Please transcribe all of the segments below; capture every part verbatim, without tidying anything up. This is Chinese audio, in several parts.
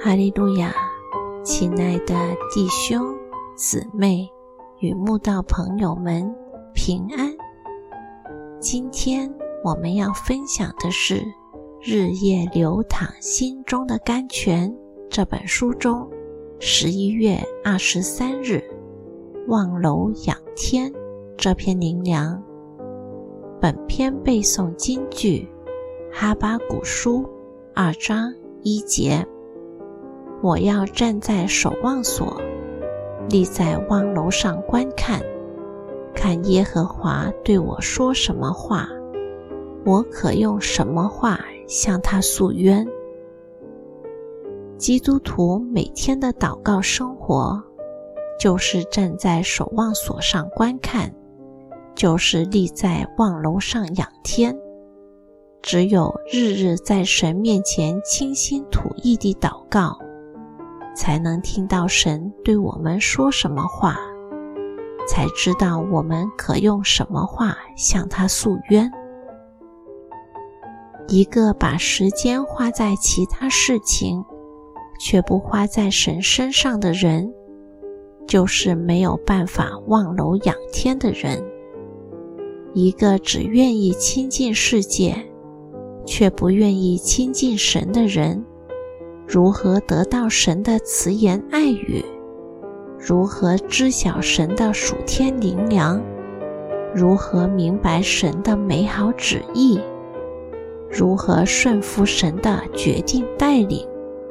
哈利路亚，亲爱的弟兄姊妹与慕道朋友们平安。今天我们要分享的是《日夜流淌心中的甘泉》这本书中十一月二十三日望楼仰天这篇灵粮。本篇背诵金句哈巴谷书二章一节，我要站在守望所，立在望楼上观看，看耶和华对我说什么话，我可用什么话向他诉冤。基督徒每天的祷告生活，就是站在守望所上观看，就是立在望楼上仰天。只有日日在神面前倾心吐意地祷告，才能听到神对我们说什么话，才知道我们可用什么话向他诉冤。一个把时间花在其他事情，却不花在神身上的人，就是没有办法望楼仰天的人。一个只愿意亲近世界，却不愿意亲近神的人，如何得到神的慈言爱语？如何知晓神的属天灵粮？如何明白神的美好旨意？如何顺服神的决定带领？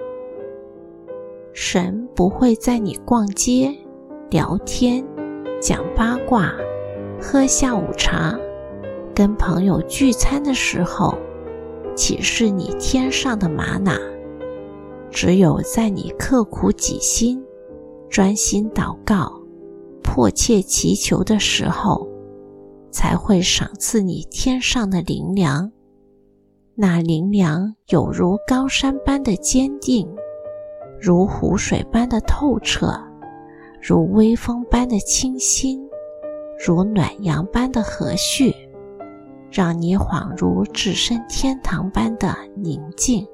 神不会在你逛街、聊天、讲八卦、喝下午茶、跟朋友聚餐的时候启示你天上的玛瑙，只有在你刻苦己心、专心祷告、迫切祈求的时候，才会赏赐你天上的灵粮。那灵粮有如高山般的坚定，如湖水般的透彻，如微风般的清新，如暖阳般的和煦，让你恍如置身天堂般的宁静。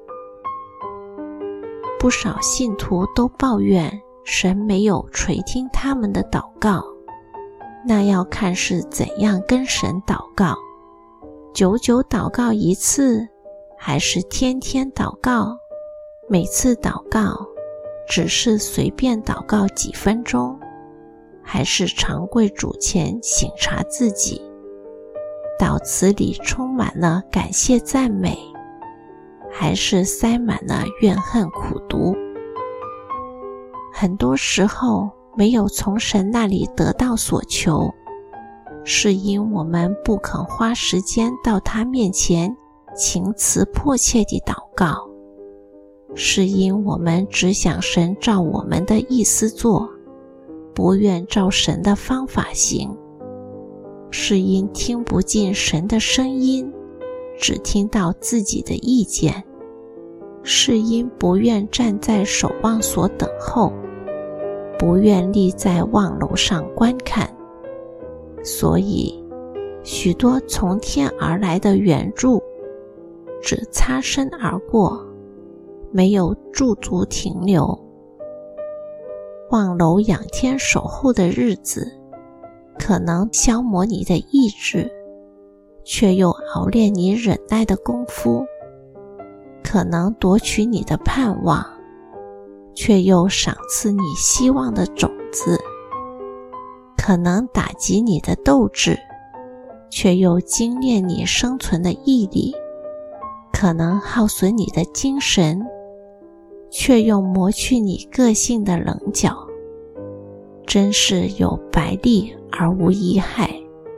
不少信徒都抱怨神没有垂听他们的祷告，那要看是怎样跟神祷告，久久祷告一次，还是天天祷告？每次祷告只是随便祷告几分钟，还是常跪主前省察自己，祷词里充满了感谢赞美，还是塞满了怨恨苦毒？很多时候没有从神那里得到所求，是因我们不肯花时间到他面前情辞迫切地祷告，是因我们只想神照我们的意思做，不愿照神的方法行，是因听不进神的声音，只听到自己的意见，是因不愿站在守望所等候，不愿立在望楼上观看。所以许多从天而来的援助只擦身而过，没有驻足停留。望楼仰天守候的日子，可能消磨你的意志，却又熬炼你忍耐的功夫；可能夺取你的盼望，却又赏赐你希望的种子；可能打击你的斗志，却又精炼你生存的毅力；可能耗损你的精神，却又磨去你个性的棱角。真是有百利而无一害。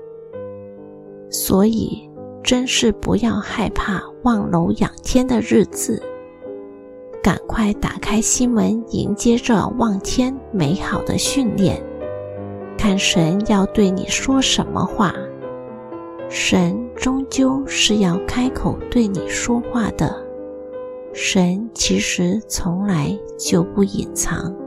所以真是不要害怕望楼仰天的日子，赶快打开心门，迎接这望天美好的训练，看神要对你说什么话。神终究是要开口对你说话的，神其实从来就不隐藏。